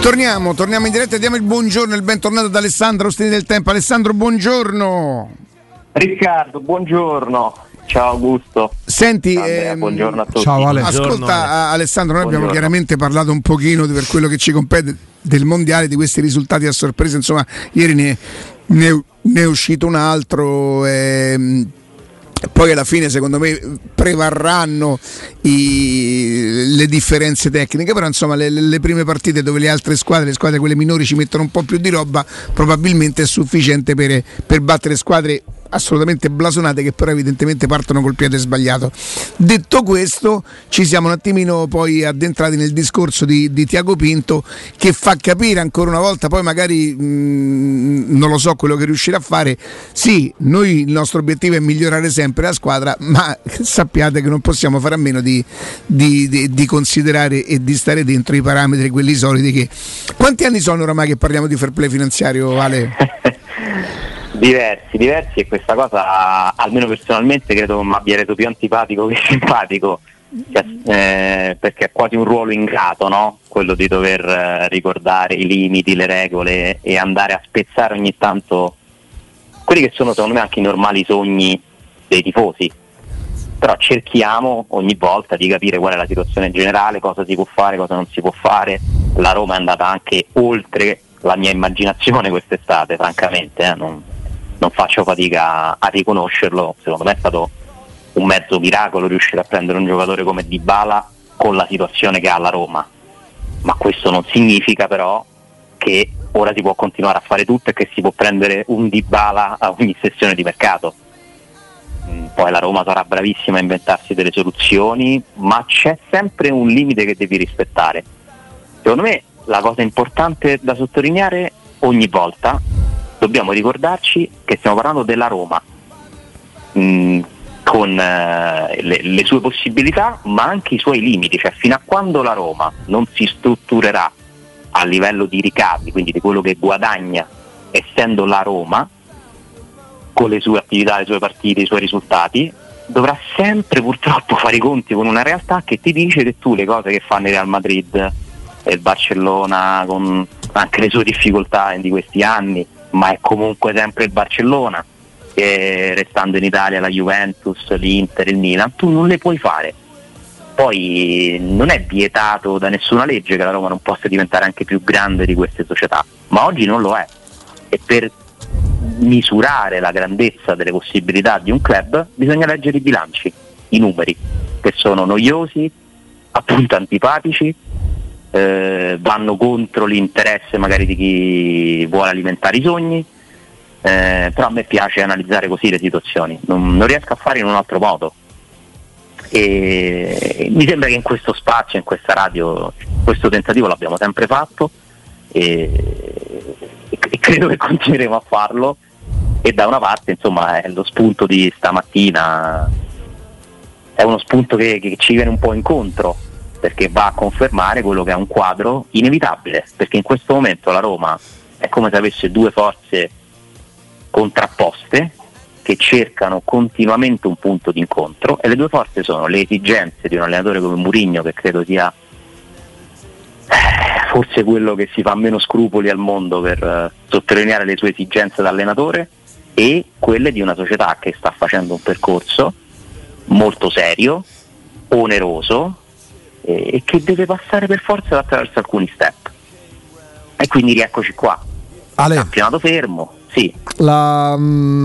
Torniamo in diretta e diamo il buongiorno e il bentornato ad Alessandro Ostini del Tempo. Alessandro, buongiorno. Riccardo, buongiorno. Ciao Augusto. Senti, Andrea, buongiorno a tutti. Ciao Ale. Ascolta Alessandro, noi abbiamo chiaramente parlato un pochino per quello che ci compete del mondiale, di questi risultati a sorpresa, insomma ieri ne è uscito un altro. Poi alla fine secondo me prevarranno le differenze tecniche, però insomma le prime partite dove le altre squadre, le squadre quelle minori, ci mettono un po' più di roba, probabilmente è sufficiente per battere squadre assolutamente blasonate che però evidentemente partono col piede sbagliato. Detto questo, ci siamo un attimino poi addentrati nel discorso di Tiago Pinto, che fa capire ancora una volta, poi magari non lo so quello che riuscirà a fare. Sì, noi il nostro obiettivo è migliorare sempre la squadra, ma sappiate che non possiamo fare a meno di considerare e di stare dentro i parametri, quelli soliti. Quanti anni sono oramai che parliamo di fair play finanziario, Ale? Diversi, e questa cosa almeno personalmente credo mi abbia reso più antipatico che simpatico, perché è quasi un ruolo ingrato, no? Quello di dover ricordare i limiti, le regole e andare a spezzare ogni tanto quelli che sono secondo me anche i normali sogni dei tifosi. Però cerchiamo ogni volta di capire qual è la situazione generale, cosa si può fare, cosa non si può fare. La Roma è andata anche oltre la mia immaginazione quest'estate, francamente, non faccio fatica a riconoscerlo. Secondo me è stato un mezzo miracolo riuscire a prendere un giocatore come Dybala con la situazione che ha la Roma, ma questo non significa però che ora si può continuare a fare tutto e che si può prendere un Dybala a ogni sessione di mercato. Poi la Roma sarà bravissima a inventarsi delle soluzioni, ma c'è sempre un limite che devi rispettare. Secondo me la cosa importante da sottolineare ogni volta, dobbiamo ricordarci che stiamo parlando della Roma, con le sue possibilità ma anche i suoi limiti, cioè fino a quando la Roma non si strutturerà a livello di ricavi, quindi di quello che guadagna essendo la Roma, con le sue attività, le sue partite, i suoi risultati, dovrà sempre purtroppo fare i conti con una realtà che ti dice che tu le cose che fanno il Real Madrid e il Barcellona, con anche le sue difficoltà di questi anni, ma è comunque sempre il Barcellona, e restando in Italia la Juventus, l'Inter, il Milan, tu non le puoi fare. Poi non è vietato da nessuna legge che la Roma non possa diventare anche più grande di queste società, ma oggi non lo è, e per misurare la grandezza delle possibilità di un club bisogna leggere i bilanci, i numeri, che sono noiosi, appunto antipatici, vanno contro l'interesse magari di chi vuole alimentare i sogni, però a me piace analizzare così le situazioni, non riesco a fare in un altro modo, e mi sembra che in questo spazio, in questa radio, questo tentativo l'abbiamo sempre fatto e credo che continueremo a farlo. E da una parte insomma è lo spunto di stamattina, è uno spunto che ci viene un po' incontro, perché va a confermare quello che è un quadro inevitabile, perché in questo momento la Roma è come se avesse due forze contrapposte che cercano continuamente un punto di incontro, e le due forze sono le esigenze di un allenatore come Mourinho, che credo sia forse quello che si fa meno scrupoli al mondo per sottolineare le sue esigenze da allenatore, e quelle di una società che sta facendo un percorso molto serio, oneroso, e che deve passare per forza attraverso alcuni step. E quindi rieccoci qua. Ale, campionato fermo, sì. La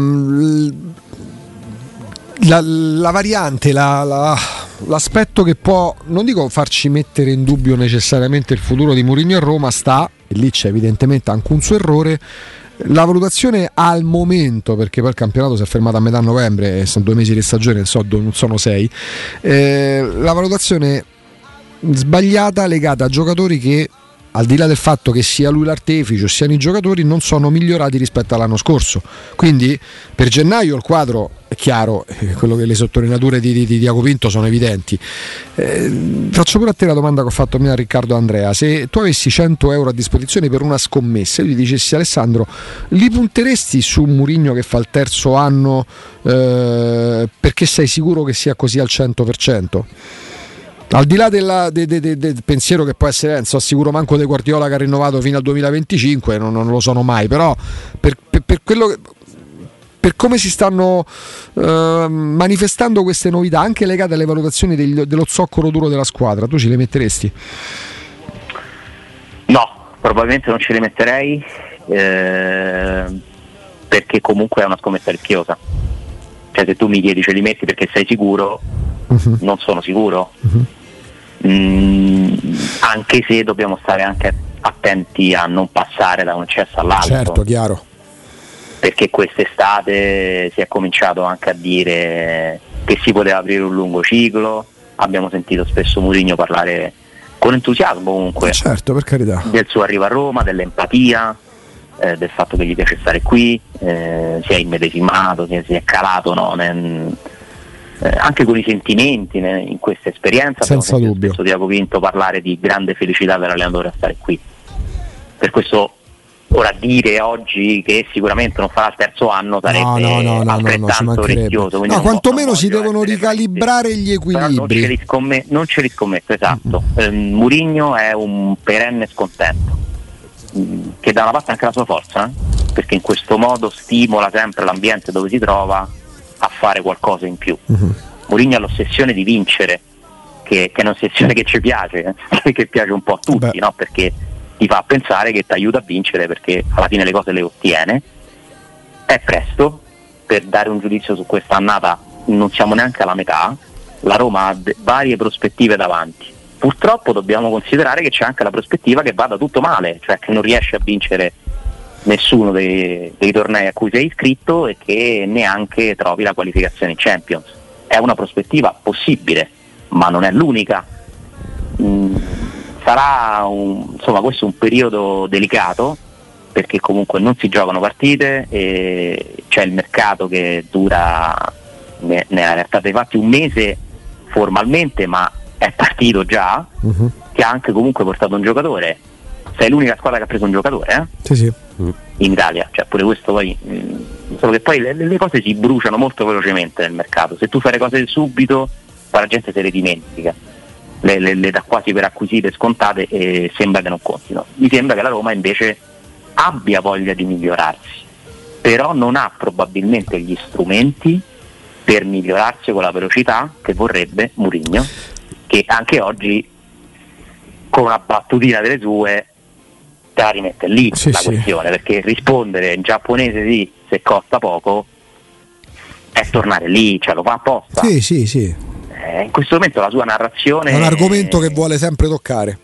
variante, l'aspetto che può, non dico farci mettere in dubbio necessariamente il futuro di Mourinho a Roma, sta, e lì c'è evidentemente anche un suo errore, la valutazione al momento, perché poi il campionato si è fermato a metà novembre e sono 2 mesi di stagione, non sono 6, la valutazione sbagliata legata a giocatori che, al di là del fatto che sia lui l'artefice o siano i giocatori, non sono migliorati rispetto all'anno scorso. Quindi per gennaio il quadro è chiaro, quello che le sottolineature di Tiago Pinto sono evidenti. Faccio pure a te la domanda che ho fatto prima a Riccardo e Andrea: se tu avessi 100 euro a disposizione per una scommessa, io ti dicessi Alessandro, li punteresti su Mourinho che fa il terzo anno perché sei sicuro che sia così al 100%? Al di là del pensiero che può essere, non so sicuro manco De Guardiola che ha rinnovato fino al 2025, non lo sono mai, però per quello che, per come si stanno manifestando queste novità anche legate alle valutazioni dello zoccolo duro della squadra, tu ci le metteresti? No, probabilmente non ce le metterei, perché comunque è una scommessa rischiosa. Cioè, se tu mi chiedi ce li metti perché sei sicuro, non sono sicuro. Anche se dobbiamo stare anche attenti a non passare da un eccesso all'altro. Certo, chiaro. Perché quest'estate si è cominciato anche a dire che si poteva aprire un lungo ciclo, abbiamo sentito spesso Mourinho parlare con entusiasmo comunque, certo, per carità, del suo arrivo a Roma, dell'empatia, del fatto che gli piace stare qui, si è immedesimato, si è calato, no, anche con i sentimenti in questa esperienza. Senza dubbio. Spesso Tiago Pinto parlare di grande felicità dell'allenatore a stare qui. Per questo ora dire oggi che sicuramente non farà il terzo anno sarebbe altrettanto rischioso. No, quantomeno si devono ricalibrare gli equilibri. Non ce li scommetto, esatto. Mourinho è un perenne scontento, che da una parte anche la sua forza, perché in questo modo stimola sempre l'ambiente dove si trova a fare qualcosa in più. Mourinho ha l'ossessione di vincere, che è un'ossessione che ci piace, che piace un po' a tutti, no? Perché ti fa pensare che ti aiuta a vincere, perché alla fine le cose le ottiene. È presto per dare un giudizio su questa annata, non siamo neanche alla metà, la Roma ha varie prospettive davanti. Purtroppo dobbiamo considerare che c'è anche la prospettiva che vada tutto male, cioè che non riesce a vincere nessuno dei tornei a cui sei iscritto e che neanche trovi la qualificazione in Champions. È una prospettiva possibile, ma non è l'unica. Sarà questo è un periodo delicato, perché comunque non si giocano partite e c'è il mercato che dura nella realtà dei fatti un mese formalmente, ma è partito già, che ha anche comunque portato un giocatore. Sei l'unica squadra che ha preso un giocatore, Sì. In Italia, cioè pure questo poi, solo che poi le cose si bruciano molto velocemente nel mercato. Se tu fai le cose subito, poi la gente se le dimentica, le dà quasi per acquisite, scontate, e sembra che non contino. Mi sembra che la Roma invece abbia voglia di migliorarsi, però non ha probabilmente gli strumenti per migliorarsi con la velocità che vorrebbe Mourinho, che anche oggi con una battutina delle sue te la rimette lì la questione, perché rispondere in giapponese sì, se costa poco, è tornare lì, cioè lo fa apposta. Sì. In questo momento la sua narrazione è un argomento che vuole sempre toccare,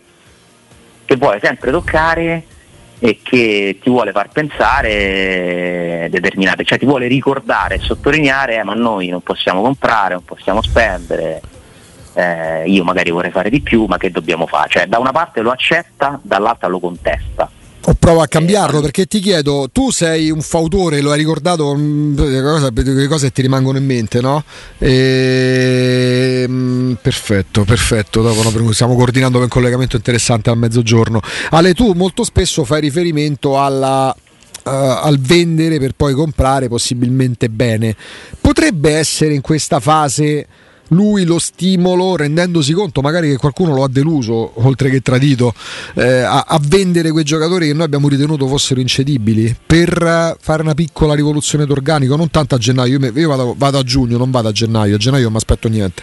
e che ti vuole far pensare determinate, cioè ti vuole ricordare e sottolineare ma noi non possiamo comprare, non possiamo spendere, io magari vorrei fare di più, ma che dobbiamo fare? Cioè da una parte lo accetta, dall'altra lo contesta. O prova a cambiarlo, perché ti chiedo, tu sei un fautore, lo hai ricordato, le cose ti rimangono in mente, no? Perfetto, dopo stiamo coordinando per un collegamento interessante al mezzogiorno. Ale, tu molto spesso fai riferimento al vendere per poi comprare, possibilmente bene. Potrebbe essere in questa fase lui lo stimolo, rendendosi conto magari che qualcuno lo ha deluso oltre che tradito, a vendere quei giocatori che noi abbiamo ritenuto fossero incedibili, per fare una piccola rivoluzione d'organico, non tanto a gennaio. Io vado a giugno, non vado a gennaio non mi aspetto niente.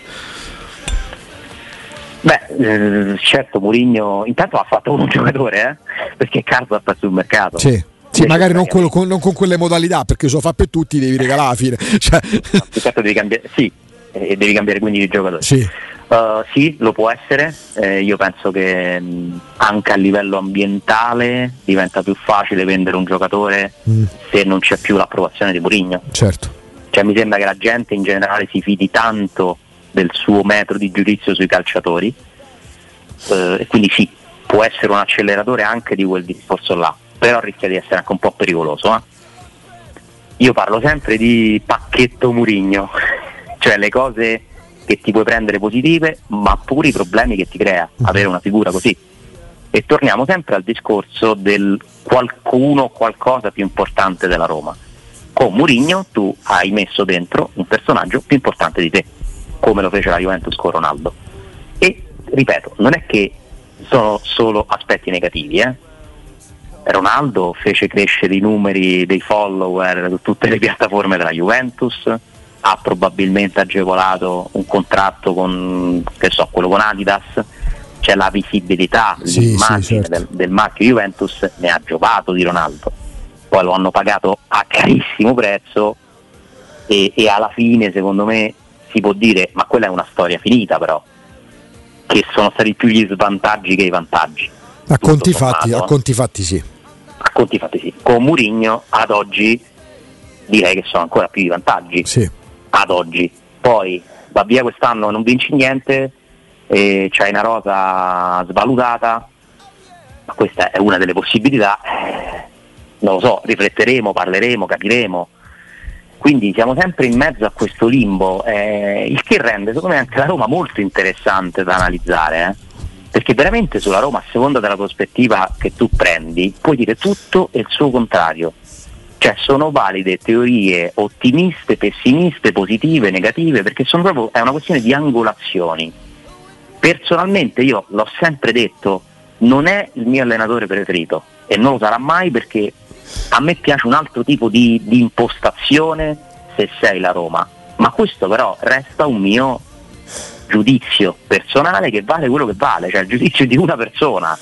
Certo, Mourinho intanto ha fatto un giocatore, perché Carlo ha fatto sul mercato. Sì, magari non con quelle modalità, perché se lo fa per tutti devi regalare alla fine, cioè. Certo, devi cambiare, sì, e devi cambiare quindi di giocatore. Sì, lo può essere. Io penso che anche a livello ambientale diventa più facile vendere un giocatore se non c'è più l'approvazione di Mourinho. Certo. Cioè mi sembra che la gente in generale si fidi tanto del suo metodo di giudizio sui calciatori, e quindi sì, può essere un acceleratore anche di quel discorso là, però rischia di essere anche un po' pericoloso. Io parlo sempre di pacchetto Mourinho, cioè le cose che ti puoi prendere positive, ma pure i problemi che ti crea avere una figura così. E torniamo sempre al discorso del qualcuno o qualcosa più importante della Roma. Con Mourinho tu hai messo dentro un personaggio più importante di te, come lo fece la Juventus con Ronaldo, e ripeto, non è che sono solo aspetti negativi, Ronaldo fece crescere i numeri dei follower su tutte le piattaforme della Juventus, ha probabilmente agevolato un contratto con, quello con Adidas, c'è la visibilità, l'immagine certo. del marchio Juventus ne ha giovato di Ronaldo, poi lo hanno pagato a carissimo prezzo e alla fine secondo me si può dire, ma quella è una storia finita, però che sono stati più gli svantaggi che i vantaggi. A conti fatti sì. Con Mourinho ad oggi direi che sono ancora più i vantaggi. Sì. Ad oggi. Poi va via quest'anno e non vinci niente, e c'hai una rosa svalutata, ma questa è una delle possibilità. Non lo so, rifletteremo, parleremo, capiremo. Quindi siamo sempre in mezzo a questo limbo, il che rende secondo me anche la Roma molto interessante da analizzare, perché veramente sulla Roma, a seconda della prospettiva che tu prendi, puoi dire tutto e il suo contrario. Cioè sono valide teorie ottimiste, pessimiste, positive, negative, perché sono proprio, è una questione di angolazioni. Personalmente io l'ho sempre detto, non è il mio allenatore preferito e non lo sarà mai, perché a me piace un altro tipo di impostazione se sei la Roma, ma questo però resta un mio giudizio personale che vale quello che vale, cioè il giudizio di una persona,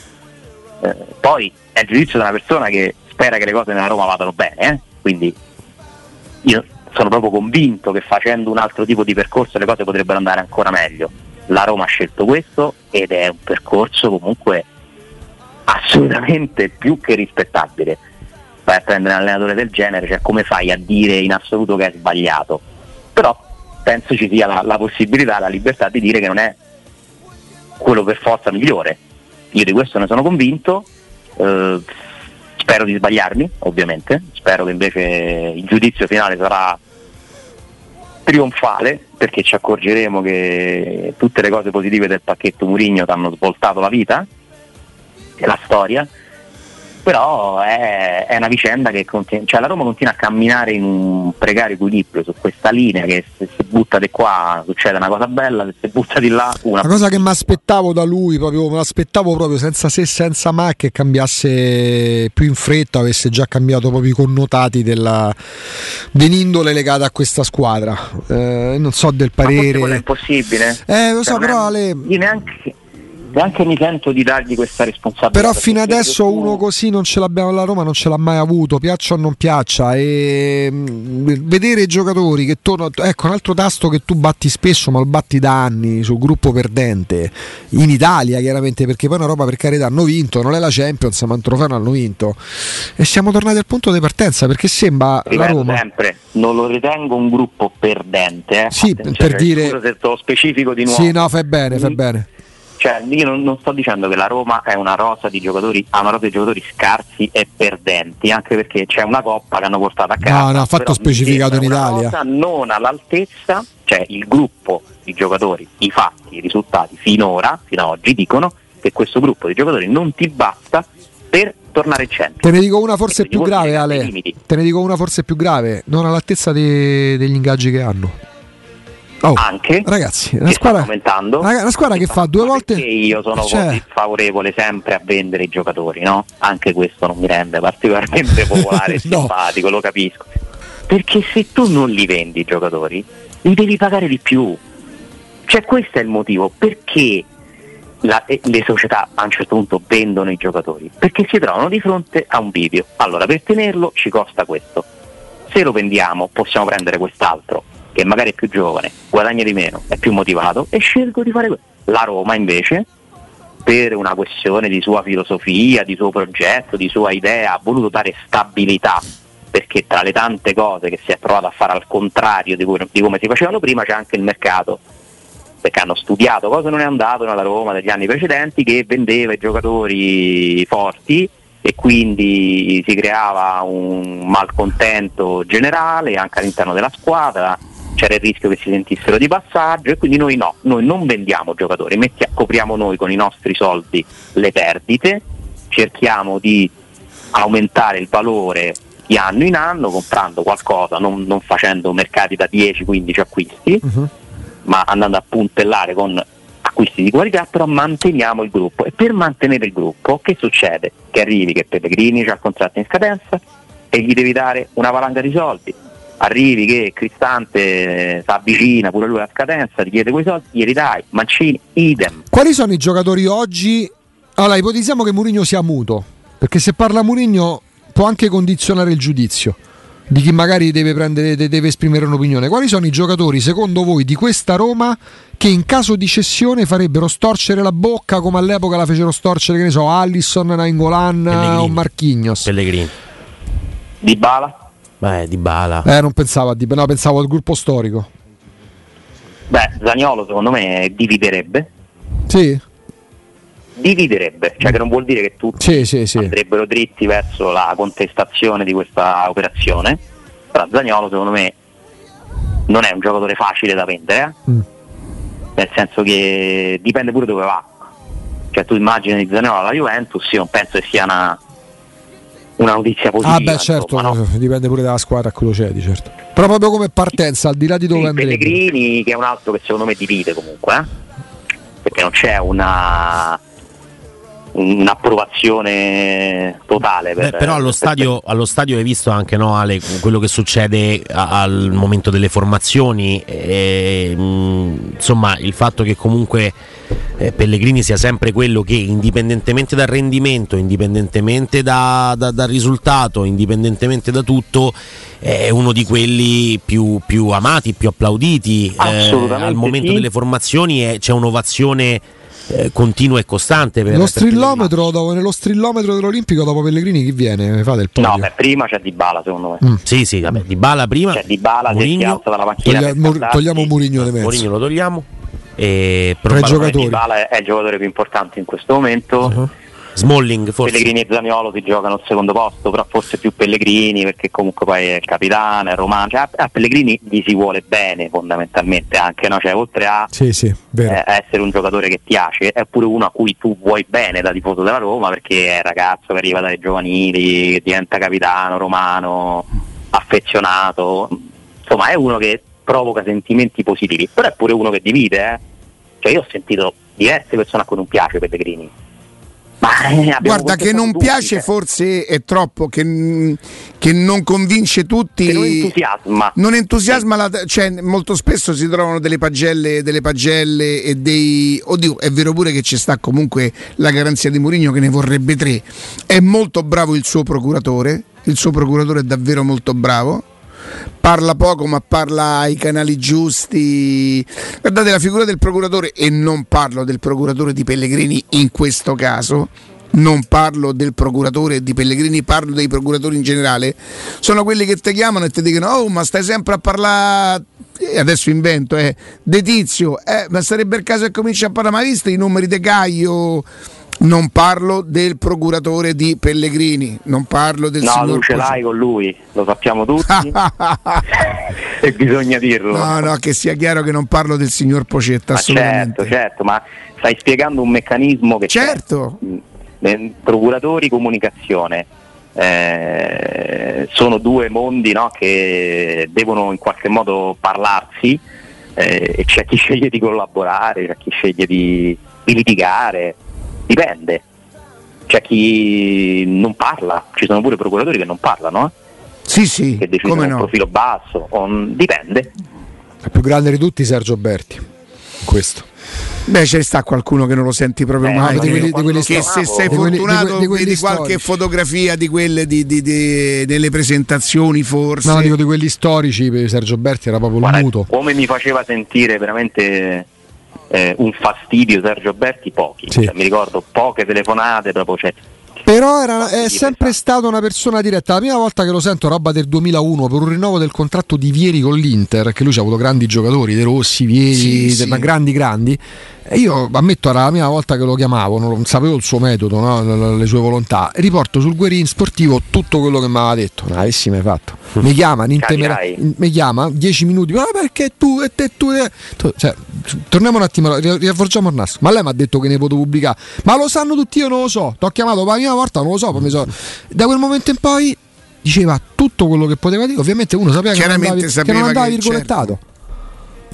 poi è il giudizio di una persona che spera che le cose nella Roma vadano bene, quindi io sono proprio convinto che facendo un altro tipo di percorso le cose potrebbero andare ancora meglio. La Roma ha scelto questo ed è un percorso comunque assolutamente più che rispettabile. Vai a prendere un allenatore del genere, cioè come fai a dire in assoluto che è sbagliato? Però penso ci sia la possibilità, la libertà di dire che non è quello per forza migliore. Io di questo ne sono convinto, spero di sbagliarmi ovviamente, spero che invece il giudizio finale sarà trionfale, perché ci accorgeremo che tutte le cose positive del pacchetto Mourinho ti hanno svoltato la vita e la storia. Però è una vicenda che cioè la Roma continua a camminare in un precario equilibrio su questa linea, che se si butta di qua succede una cosa bella, se si butta di là una cosa che mi aspettavo da lui, me l'aspettavo proprio senza se senza ma, che cambiasse più in fretta, avesse già cambiato proprio i connotati dell'indole legata a questa squadra. Non so del parere. Ma è impossibile. Lo so, però io neanche mi sento di dargli questa responsabilità. Però fino adesso uno così non ce l'abbiamo alla Roma, non ce l'ha mai avuto, piaccia o non piaccia, e vedere i giocatori che tornano, ecco un altro tasto che tu batti spesso, ma lo batti da anni sul gruppo perdente in Italia, chiaramente, perché poi una roba, per carità, hanno vinto, non è la Champions ma un trofeo non hanno vinto, e siamo tornati al punto di partenza, perché sembra la Roma sempre, non lo ritengo un gruppo perdente, sì, per dire, se te lo specifico di nuovo. Sì, no, fai bene. Cioè, io non sto dicendo che la Roma è una rosa di giocatori, ha una rosa di giocatori scarsi e perdenti, anche perché c'è una coppa che hanno portato a casa. No, ha fatto specificato in Italia. Rosa non all'altezza, cioè il gruppo di giocatori, i fatti, i risultati fino ad oggi dicono che questo gruppo di giocatori non ti basta per tornare in centro. Te ne dico una forse più grave, Ale. Te ne dico una forse più grave, non all'altezza degli ingaggi che hanno. Anche ragazzi, una squadra che fa due volte. Perché io sono così favorevole sempre a vendere i giocatori, no? Anche questo non mi rende particolarmente popolare e simpatico, lo capisco. Perché se tu non li vendi i giocatori, li devi pagare di più. Cioè questo è il motivo perché le società a un certo punto vendono i giocatori, perché si trovano di fronte a un bivio. Allora, per tenerlo ci costa questo. Se lo vendiamo possiamo prendere quest'altro che magari è più giovane, guadagna di meno, è più motivato, e scelgo di fare questo. La Roma invece, per una questione di sua filosofia, di suo progetto, di sua idea, ha voluto dare stabilità, perché tra le tante cose che si è provato a fare al contrario di come si facevano prima c'è anche il mercato, perché hanno studiato cosa non è andato nella Roma degli anni precedenti, che vendeva i giocatori forti e quindi si creava un malcontento generale anche all'interno della squadra, c'era il rischio che si sentissero di passaggio, e quindi noi non vendiamo giocatori, copriamo noi con i nostri soldi le perdite, cerchiamo di aumentare il valore di anno in anno comprando qualcosa, non facendo mercati da 10-15 acquisti, ma andando a puntellare con acquisti di qualità, però manteniamo il gruppo. E per mantenere il gruppo che succede? Che arrivi che Pellegrini c'ha il contratto in scadenza e gli devi dare una valanga di soldi. Arrivi che Cristante si avvicina pure lui alla scadenza, ti chiede quei soldi, glieli dai. Mancini, idem. Quali sono i giocatori oggi? Allora, ipotizziamo che Mourinho sia muto, perché se parla Mourinho può anche condizionare il giudizio di chi magari deve esprimere un'opinione. Quali sono i giocatori secondo voi di questa Roma che in caso di cessione farebbero storcere la bocca come all'epoca la fecero storcere, che ne so, Alisson, Nainggolan o Marquinhos? Pellegrini. Dybala? Dybala. Non pensavo a Dybala, no, pensavo al gruppo storico. Zaniolo secondo me dividerebbe. Sì. Dividerebbe, cioè che non vuol dire che tutti sì. andrebbero dritti verso la contestazione di questa operazione, però Zaniolo secondo me non è un giocatore facile da vendere, nel senso che dipende pure dove va, cioè tu immagini di Zaniolo alla Juventus, io non penso che sia una notizia positiva. Certo, insomma, no? Dipende pure dalla squadra a cui lo cedi, certo. Però proprio come partenza, al di là di dove andrebbe. Pellegrini, che è un altro che secondo me divide comunque, perché non c'è un'approvazione totale però allo stadio hai visto anche, no, Ale, quello che succede al momento delle formazioni, insomma il fatto che comunque Pellegrini sia sempre quello che, indipendentemente dal rendimento, indipendentemente dal risultato, indipendentemente da tutto, è uno di quelli più amati, più applauditi. Al momento delle formazioni c'è un'ovazione continua e costante. Nello strillometro dell'Olimpico dopo Pellegrini chi viene? Fate il podio. No, prima c'è Dybala secondo me. Sì, vabbè, Dybala prima. C'è Dybala che si alza dalla panchina. Togliamo Mourinho di mezzo. Mourinho lo togliamo. Tre giocatori. Dybala è il giocatore più importante in questo momento. Smalling forse. Pellegrini e Zaniolo si giocano al secondo posto, però forse più Pellegrini perché comunque poi è capitano, è romano, cioè, a Pellegrini gli si vuole bene fondamentalmente anche, no? Cioè, oltre a essere un giocatore che piace, è pure uno a cui tu vuoi bene da tifoso della Roma, perché è ragazzo che arriva dalle giovanili, che diventa capitano, romano, affezionato, insomma è uno che provoca sentimenti positivi, però è pure uno che divide, Cioè io ho sentito diverse persone a cui non piace Pellegrini. Guarda, che non piace forse è troppo, che non convince tutti, che non entusiasma, cioè molto spesso si trovano delle pagelle e dei, oddio, è vero pure che ci sta comunque la garanzia di Mourinho che ne vorrebbe 3. È molto bravo il suo procuratore è davvero molto bravo, parla poco ma parla ai canali giusti. Guardate la figura del procuratore, e non parlo del procuratore di Pellegrini in questo caso, non parlo del procuratore di Pellegrini, parlo dei procuratori in generale. Sono quelli che ti chiamano e ti dicono: oh, ma stai sempre a parlare, adesso invento, De Tizio, ma sarebbe il caso che cominci a parlare, ma visto i numeri di Caio? Non parlo del procuratore di Pellegrini, non parlo del signor tu ce l'hai con lui, lo sappiamo tutti e bisogna dirlo. No, che sia chiaro che non parlo del signor Pocetta, assolutamente. Certo, ma stai spiegando un meccanismo che certo. Procuratori, comunicazione, sono due mondi, no, che devono in qualche modo parlarsi, e c'è chi sceglie di collaborare, c'è chi sceglie di litigare. Dipende, c'è chi non parla, ci sono pure procuratori che non parlano, sì, che decidono un profilo basso, dipende. Il più grande di tutti Sergio Berti, questo. Beh, c'è sta qualcuno che non lo senti proprio mai, di quelli che se sei fortunato vedi qualche fotografia di quelle delle presentazioni, forse. No, dico di quelli storici, per Sergio Berti era proprio il muto. Come mi faceva sentire veramente un fastidio Sergio Berti, pochi, sì. Cioè, mi ricordo poche telefonate dopo, però è sempre stata una persona diretta. La prima volta che lo sento, roba del 2001, per un rinnovo del contratto di Vieri con l'Inter, che lui ci ha avuto grandi giocatori, De Rossi, Vieri, ma grandi. E io ammetto, era la prima volta che lo chiamavo, non sapevo il suo metodo, no? Le sue volontà. E riporto sul Guerin sportivo tutto quello che mi aveva detto. Non avessi mai fatto. Mi chiama, mi chiama 10 minuti, ma perché tu e te. Cioè, torniamo un attimo, riavvolgiamo il nastro. Ma lei mi ha detto che ne potevo pubblicare. Ma lo sanno tutti, io non lo so. Ti ho chiamato la prima volta, non lo so. Da quel momento in poi diceva tutto quello che poteva dire. Ovviamente uno sapeva che non andava virgolettato.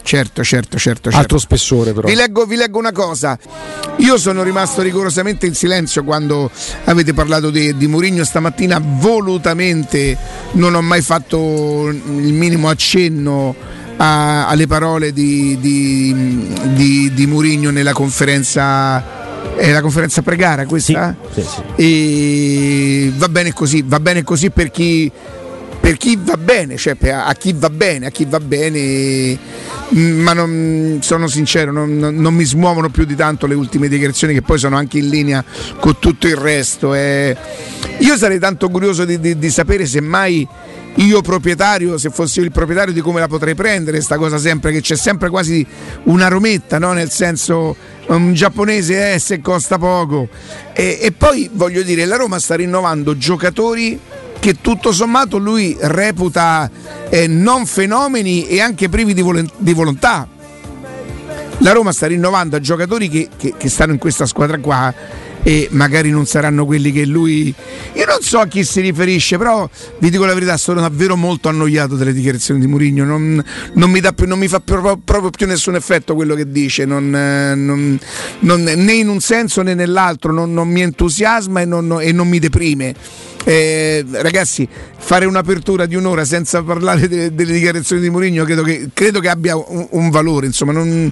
certo. Altro spessore però. Vi leggo una cosa. Io sono rimasto rigorosamente in silenzio quando avete parlato di Mourinho stamattina. Volutamente non ho mai fatto il minimo accenno alle parole di Mourinho nella conferenza. È la conferenza pre-gara questa? Sì. E va bene così per chi va bene, cioè a chi va bene, ma sono sincero, non mi smuovono più di tanto le ultime dichiarazioni, che poi sono anche in linea con tutto il resto. Io sarei tanto curioso di sapere se mai io proprietario, se fossi il proprietario, di come la potrei prendere sta cosa, sempre che c'è sempre quasi una rometta, no? Nel senso, un giapponese se costa poco, e poi voglio dire, la Roma sta rinnovando giocatori che tutto sommato lui reputa non fenomeni e anche privi di volontà. La Roma sta rinnovando a giocatori che stanno in questa squadra qua e magari non saranno quelli che lui... Io non so a chi si riferisce, però vi dico la verità, sono davvero molto annoiato delle dichiarazioni di Mourinho. Non mi fa proprio più nessun effetto quello che dice, né in un senso né nell'altro, non mi entusiasma e non mi deprime. Ragazzi, fare un'apertura di un'ora senza parlare delle dichiarazioni di Mourinho credo che abbia un valore, insomma, non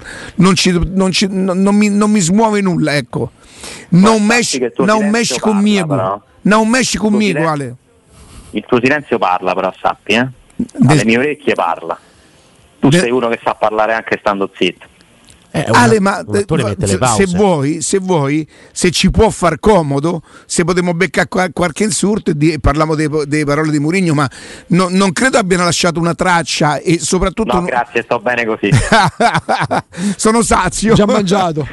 mi smuove nulla, ecco. Non mesci conmigo, Ale. Il tuo silenzio parla, però sappi, alle mie orecchie parla. Tu sei uno che sa parlare anche stando zitto. Ale, ma se vuoi, se ci può far comodo, se potremmo beccare qualche insulto e parliamo delle parole di Mourinho, ma non credo abbiano lasciato una traccia, e soprattutto... No, grazie, sto bene così. Sono sazio. Già mangiato.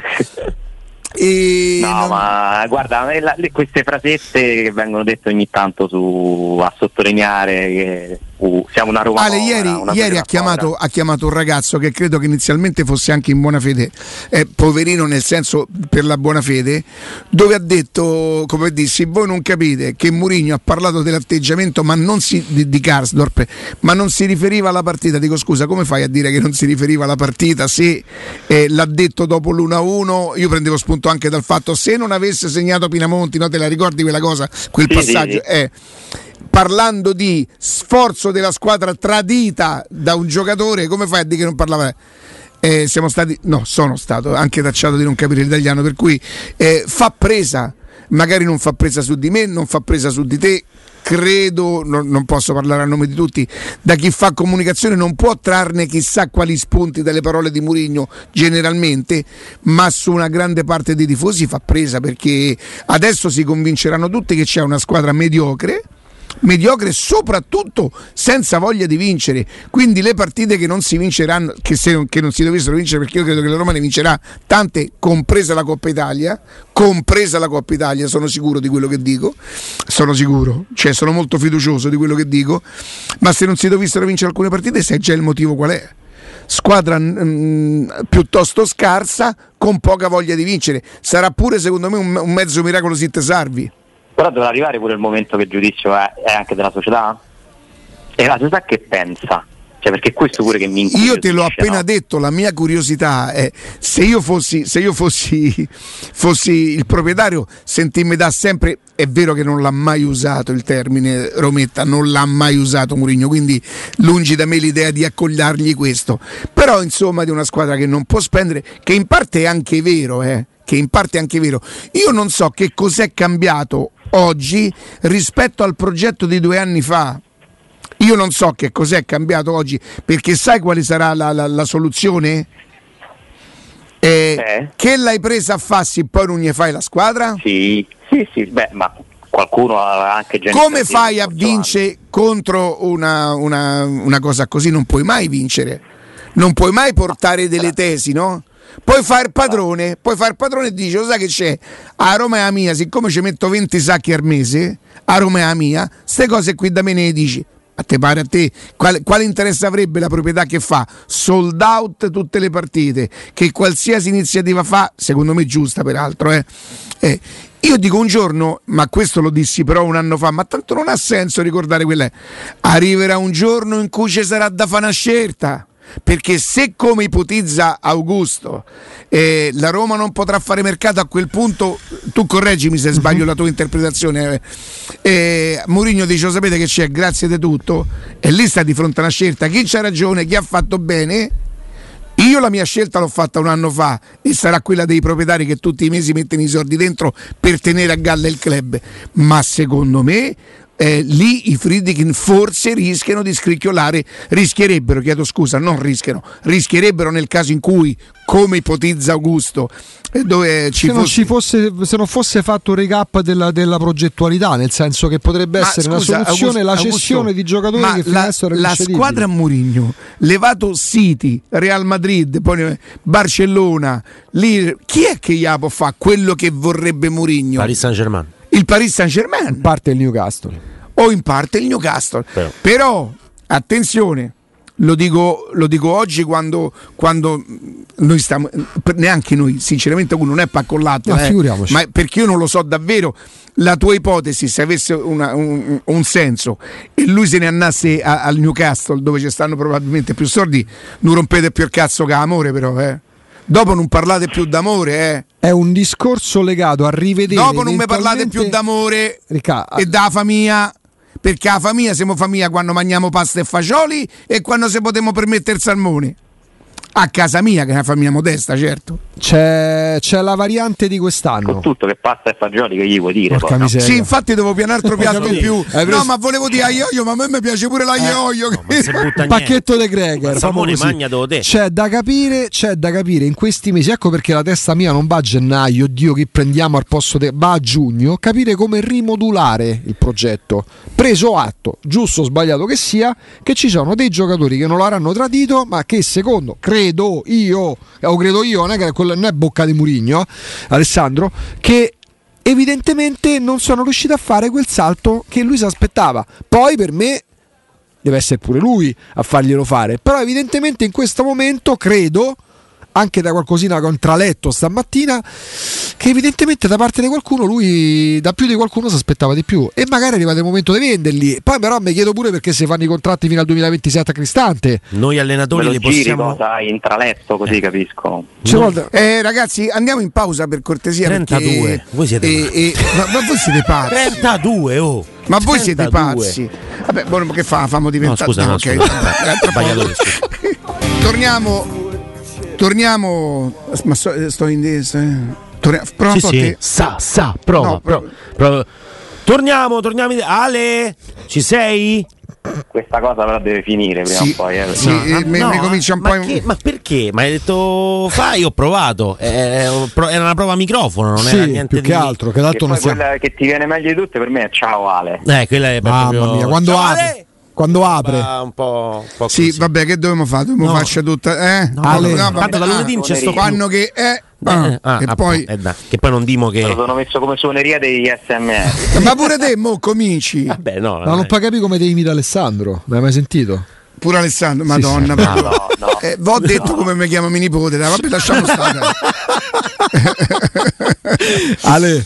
Ma guarda, queste frasette che vengono dette ogni tanto a sottolineare che siamo una Roma. Ale, ieri ha chiamato un ragazzo che credo che inizialmente fosse anche in buona fede, poverino nel senso, per la buona fede, dove ha detto, come dissi, voi non capite che Mourinho ha parlato dell'atteggiamento di Karsdorp, ma non si riferiva alla partita. Dico, scusa, come fai a dire che non si riferiva alla partita se l'ha detto dopo l'1-1? Io prendevo spunto anche dal fatto, se non avesse segnato Pinamonti, no, te la ricordi quella cosa, quel passaggio? Sì. Parlando di sforzo della squadra tradita da un giocatore, come fai a dire che non parlava? Sono stato anche tacciato di non capire l'italiano, per cui fa presa, magari non fa presa su di me, non fa presa su di te. Credo, non posso parlare a nome di tutti, da chi fa comunicazione non può trarne chissà quali spunti dalle parole di Mourinho generalmente, ma su una grande parte dei tifosi fa presa, perché adesso si convinceranno tutti che c'è una squadra mediocre soprattutto senza voglia di vincere, quindi le partite che non si vinceranno, che non si dovessero vincere, perché io credo che la Roma ne vincerà tante, compresa la Coppa Italia, sono sicuro di quello che dico, sono molto fiducioso di quello che dico, ma se non si dovessero vincere alcune partite, sai già il motivo qual è: squadra piuttosto scarsa, con poca voglia di vincere. Sarà pure secondo me un mezzo miracolo si te salvi. Però dovrà arrivare pure il momento che il giudizio è anche della società, e la società che pensa, cioè, perché questo pure che mi incuriosisce. Io te l'ho appena detto, la mia curiosità è, se io fossi il proprietario, sentirmi da sempre, è vero che non l'ha mai usato il termine Rometta, non l'ha mai usato Mourinho, quindi lungi da me l'idea di accogliargli questo, però insomma di una squadra che non può spendere, che in parte è anche vero, io non so che cos'è cambiato oggi rispetto al progetto di 2 anni fa. Io non so che cos'è cambiato oggi, perché sai quale sarà la soluzione? Che l'hai presa a Fassi, poi non gli fai la squadra? Sì, beh, ma qualcuno ha anche già... Come fai a vincere contro una cosa così? Non puoi mai vincere, non puoi mai portare delle tesi, no? Puoi fare il padrone e dici, lo sai che c'è? A Roma è la mia, siccome ci metto 20 sacchi al mese, a Roma è la mia, ste cose qui da me ne dici. A te pare, a te quale interesse avrebbe la proprietà che fa sold out tutte le partite, che qualsiasi iniziativa fa, secondo me giusta peraltro, io dico un giorno, ma questo lo dissi però 1 anno fa, ma tanto non ha senso ricordare quella, arriverà un giorno in cui ci sarà da fare una scelta. perché se, come ipotizza Augusto, la Roma non potrà fare mercato, a quel punto, tu correggimi se sbaglio la tua interpretazione, Mourinho dice: lo sapete che c'è, grazie di tutto, e lì sta di fronte a una scelta, chi c'ha ragione, chi ha fatto bene. Io la mia scelta l'ho fatta un anno fa e sarà quella dei proprietari che tutti i mesi mettono i soldi dentro per tenere a galla il club, ma secondo me lì i Friedkin forse rischiano di scricchiolare, rischierebbero nel caso in cui, come ipotizza Augusto, dove se non fosse fatto un recap della progettualità, nel senso che potrebbe essere una soluzione la cessione di giocatori che finessero la squadra Mourinho, levato City, Real Madrid, poi Barcellona, lì, chi è che gli può fare quello che vorrebbe Mourinho? Paris Saint-Germain. Il Paris Saint-Germain, in parte il Newcastle, o in parte il Newcastle. Però attenzione, lo dico oggi quando noi stiamo, neanche noi sinceramente, uno non è paccollato, ma perché io non lo so davvero. La tua ipotesi, se avesse un senso e lui se ne andasse al Newcastle, dove ci stanno probabilmente più soldi, non rompete più il cazzo che amore, però dopo non parlate più d'amore, È un discorso legato a rivedere. Dopo non mi parlate più d'amore e da famiglia, perché la famiglia siamo famiglia quando mangiamo pasta e fagioli e quando si potremo permettere il salmone. A casa mia, che è una famiglia modesta, certo. C'è la variante di quest'anno. Con tutto che pasta e fagioli, che gli vuoi dire? Porca miseria. Sì, infatti devo più un altro piatto in più. No, ma volevo dire aglio, ma a me piace pure l'aglio. Pacchetto de Greger. Salmone magna devo te. C'è da capire in questi mesi. Ecco perché la testa mia non va a gennaio, Dio, che prendiamo al posto va a giugno. Capire come rimodulare il progetto. Preso atto, giusto o sbagliato che sia, che ci sono dei giocatori che non lo avranno tradito, ma che secondo credo io, non è bocca di Mourinho, Alessandro, che evidentemente non sono riusciti a fare quel salto che lui si aspettava. Poi per me deve essere pure lui a farglielo fare, però evidentemente in questo momento credo, anche da qualcosina che ho intraletto stamattina, che evidentemente da parte di qualcuno lui, da più di qualcuno, si aspettava di più, e magari è arrivato il momento di venderli. Poi però mi chiedo pure perché si fanno i contratti fino al 2027 a Cristante. Noi allenatori li possiamo intraletto, così capisco. Ragazzi, andiamo in pausa per cortesia, 32 perché, voi siete ma voi siete pazzi. 32 ma voi siete pazzi. Vabbè, buono, che famo diventare. No, scusa, sbagliato. Torniamo. Ma sto in prova sì. Prova. Torniamo. Ale, ci sei? Questa cosa però deve finire prima o poi. Mi comincia un po'. Ma perché? Ma hai detto fai, ho provato. Era una prova a microfono, non era niente più che altro. Che l'altro non quella che ti viene meglio di tutte per me è ciao Ale. Quella è mamma mia, quando apre un po' sì, così. Vabbè, che dobbiamo fare? Dobbiamo farci tutta tanto da lunedì c'è sto fanno che e poi che poi non dimo che lo sono messo come suoneria degli SMS. ma pure te mo cominci. Vabbè, ma non puoi capire come te imita Alessandro, l'hai mai sentito? Pure Alessandro, madonna, no. V'ho detto come mi chiama mio nipote, vabbè, lasciamo stare. Ale.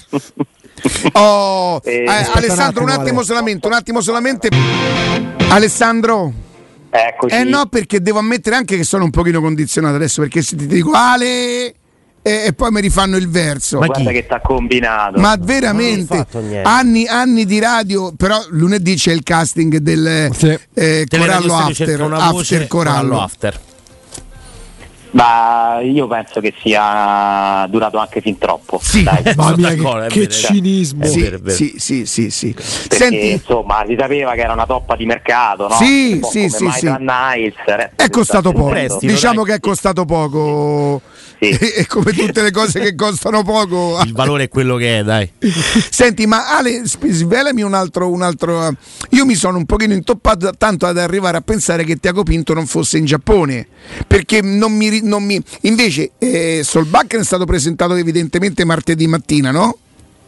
Alessandro, un attimo solamente. Alessandro. Eccoci. No, perché devo ammettere anche che sono un pochino condizionato adesso, perché se ti dico Ale e poi mi rifanno il verso. Ma guarda che t'ha combinato. Ma veramente anni di radio, però lunedì c'è il casting del Corallo After Corallo After. Ma io penso che sia durato anche fin troppo. Sì, mamma mia, che cinismo. Sì. Perché, senti, insomma, si sapeva che era una toppa di mercato, no? Sì. Niles, è costato poco. Prestito, diciamo che è costato poco. Sì. E come tutte le cose che costano poco, il valore è quello che è, dai. Senti, ma Ale, svelami un altro. Io mi sono un pochino intoppato tanto ad arrivare a pensare che Tiago Pinto non fosse in Giappone, perché non mi invece Solbakken è stato presentato evidentemente martedì mattina, no?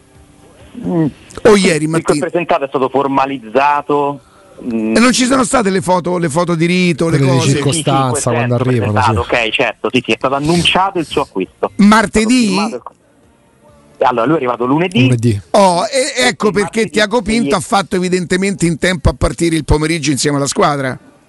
O ieri mattina. Il presentato è stato formalizzato. E non ci sono state le foto di rito, le cose di circostanza quando arrivano. Sì. Ok, certo, sì, è stato annunciato il suo acquisto. Martedì? Allora lui è arrivato lunedì. Ecco perché Tiago Pinto ha fatto evidentemente in tempo a partire il pomeriggio insieme alla squadra.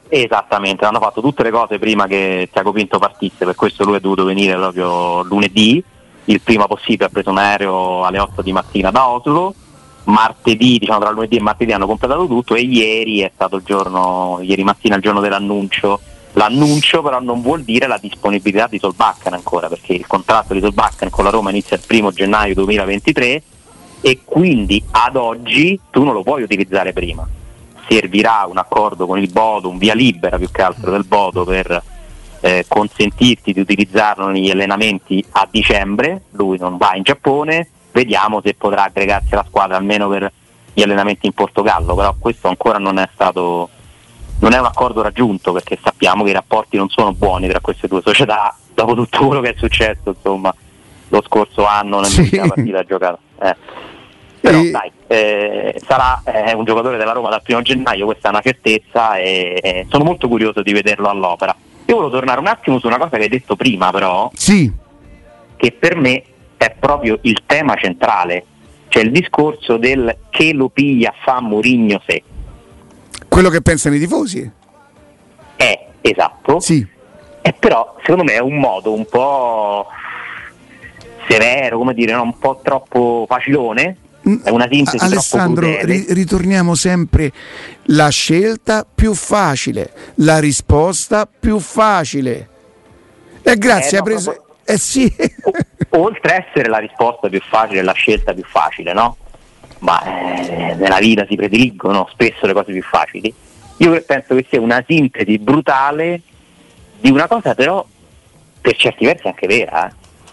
Esattamente, hanno fatto tutte le cose prima che Tiago Pinto partisse, per questo lui è dovuto venire proprio lunedì, il prima possibile, ha preso un aereo alle 8 di mattina da Oslo, martedì, diciamo tra lunedì e martedì hanno completato tutto e ieri è stato il giorno, ieri mattina il giorno dell'annuncio. L'annuncio però non vuol dire la disponibilità di Solbakken ancora, perché il contratto di Solbakken con la Roma inizia il 1 gennaio 2023 e quindi ad oggi tu non lo puoi utilizzare prima. Servirà un accordo con il Bodo, un via libera più che altro del Bodo per consentirti di utilizzarlo negli allenamenti a dicembre. Lui non va in Giappone, vediamo se potrà aggregarsi alla squadra almeno per gli allenamenti in Portogallo, però questo ancora non è un accordo raggiunto, perché sappiamo che i rapporti non sono buoni tra queste due società dopo tutto quello che è successo insomma lo scorso anno nell'ultima partita giocata. Però dai, sarà un giocatore della Roma dal 1 gennaio, questa è una certezza e sono molto curioso di vederlo all'opera. Io volevo tornare un attimo su una cosa che hai detto prima però, sì, che per me è proprio il tema centrale, cioè il discorso del che lo piglia fa Mourinho se. Quello che pensano i tifosi. Esatto. Sì. Però secondo me è un modo un po' severo, come dire, no? Un po' troppo facilone. È una sintesi Alessandro, troppo crudele. Ritorniamo sempre: la scelta più facile, la risposta più facile. Grazie, no, proprio... sì. Oltre a essere la risposta più facile, la scelta più facile, no? Ma nella vita si prediligono spesso le cose più facili. Io penso che sia una sintesi brutale di una cosa però per certi versi anche vera.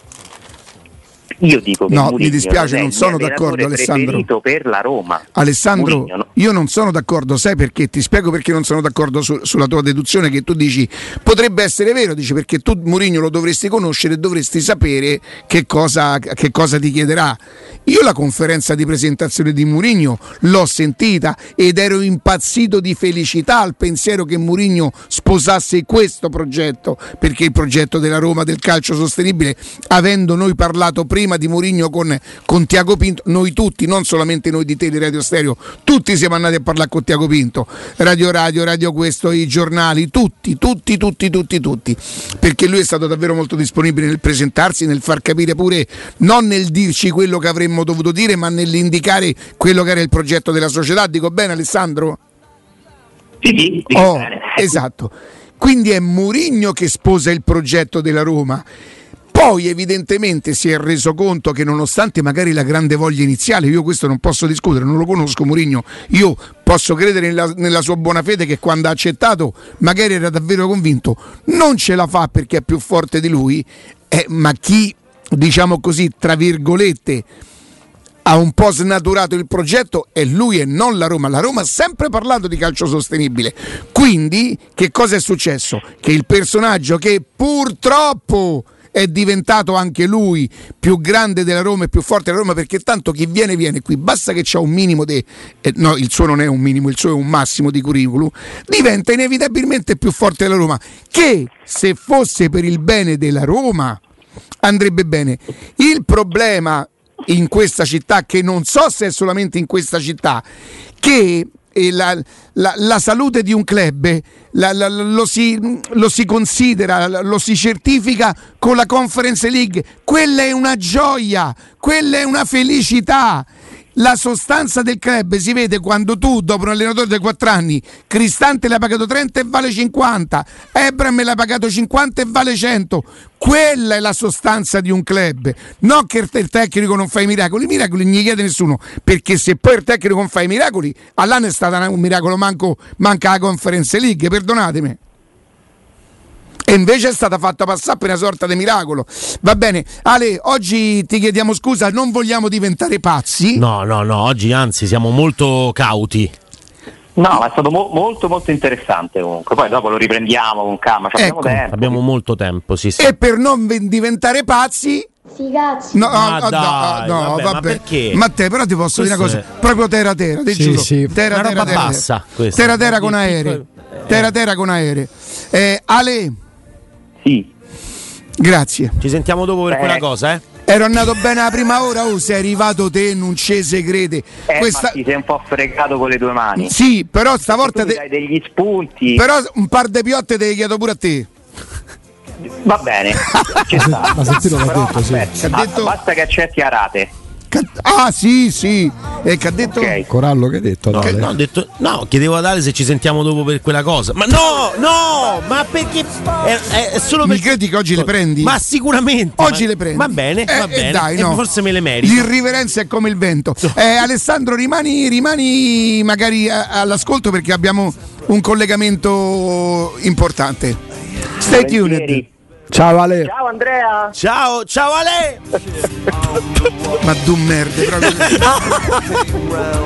Io dico che no, Mourinho mi dispiace, non sono d'accordo, Alessandro. Per la Roma. Alessandro, Mourinho, no? Io non sono d'accordo, sai perché? Ti spiego perché non sono d'accordo sulla tua deduzione che tu dici potrebbe essere vero, dici perché tu Mourinho lo dovresti conoscere e dovresti sapere che cosa ti chiederà. Io la conferenza di presentazione di Mourinho l'ho sentita ed ero impazzito di felicità al pensiero che Mourinho sposasse questo progetto, perché il progetto della Roma del calcio sostenibile, avendo noi parlato prima di Mourinho con Tiago Pinto, noi tutti, non solamente noi di Teleradio Stereo, tutti siamo andati a parlare con Tiago Pinto, Radio Questo, i giornali, tutti, perché lui è stato davvero molto disponibile nel presentarsi, nel far capire pure, non nel dirci quello che avremmo dovuto dire, ma nell'indicare quello che era il progetto della società. Dico bene, Alessandro? Sì, bene. Esatto. Quindi è Mourinho che sposa il progetto della Roma. Poi evidentemente si è reso conto che nonostante magari la grande voglia iniziale, io questo non posso discutere, non lo conosco Mourinho, io posso credere nella sua buona fede che quando ha accettato magari era davvero convinto, non ce la fa perché è più forte di lui, ma chi, diciamo così, tra virgolette, ha un po' snaturato il progetto è lui e non la Roma. La Roma ha sempre parlato di calcio sostenibile. Quindi che cosa è successo? Che il personaggio che purtroppo è diventato anche lui più grande della Roma e più forte della Roma, perché tanto chi viene qui, basta che c'ha un minimo no, il suo non è un minimo, il suo è un massimo di curriculum, diventa inevitabilmente più forte della Roma, che se fosse per il bene della Roma andrebbe bene. Il problema in questa città, che non so se è solamente in questa città, che la salute di un club lo si considera, lo si certifica con la Conference League. Quella è una gioia, quella è una felicità. La sostanza del club si vede quando tu, dopo un allenatore di 4 anni, Cristante l'ha pagato 30 e vale 50, Ebram l'ha pagato 50 e vale 100. Quella è la sostanza di un club. Non che il tecnico non fa i miracoli non gli chiede nessuno, perché se poi il tecnico non fa i miracoli, all'anno è stato un miracolo, manca la Conference League, perdonatemi. E invece è stata fatta passare per una sorta di miracolo. Va bene, Ale, oggi ti chiediamo scusa, non vogliamo diventare pazzi. No, oggi anzi siamo molto cauti. No, ma è stato molto molto interessante comunque. Poi dopo lo riprendiamo con calma, abbiamo molto tempo, sì. E per non diventare pazzi, Figazzi. No, vabbè, vabbè. Ma perché? Matteo, però ti posso dire una cosa, proprio terra, ti giuro. Sì. Terra bassa, questa. Terra con aerei. Terra con aerei. Ale. Sì. Grazie. Ci sentiamo dopo per quella cosa, Ero andato bene la prima ora, sei arrivato te, non ci si crede. Ma ti sei un po' fregato con le tue mani. Sì, però stavolta tu dai degli spunti. Però un par di piotte te le chiedo pure a te. Va bene. Ci sta. Ma sentito l'ha detto, sì. Ha detto... Basta che accetti a rate. Sì. E che ha detto? Okay. Corallo che ha detto? No, ho detto, no, chiedevo ad Ale se ci sentiamo dopo per quella cosa. Ma no, ma perché è solo Mi perché credi che oggi le prendi? Ma sicuramente. Oggi le prendi. Va bene. Dai, no. Forse me le merito. L'irriverenza è come il vento. Alessandro, rimani magari all'ascolto perché abbiamo un collegamento importante. Stay tuned. Ciao Ale. Ciao Andrea. Ciao Ale. Ma du merde proprio.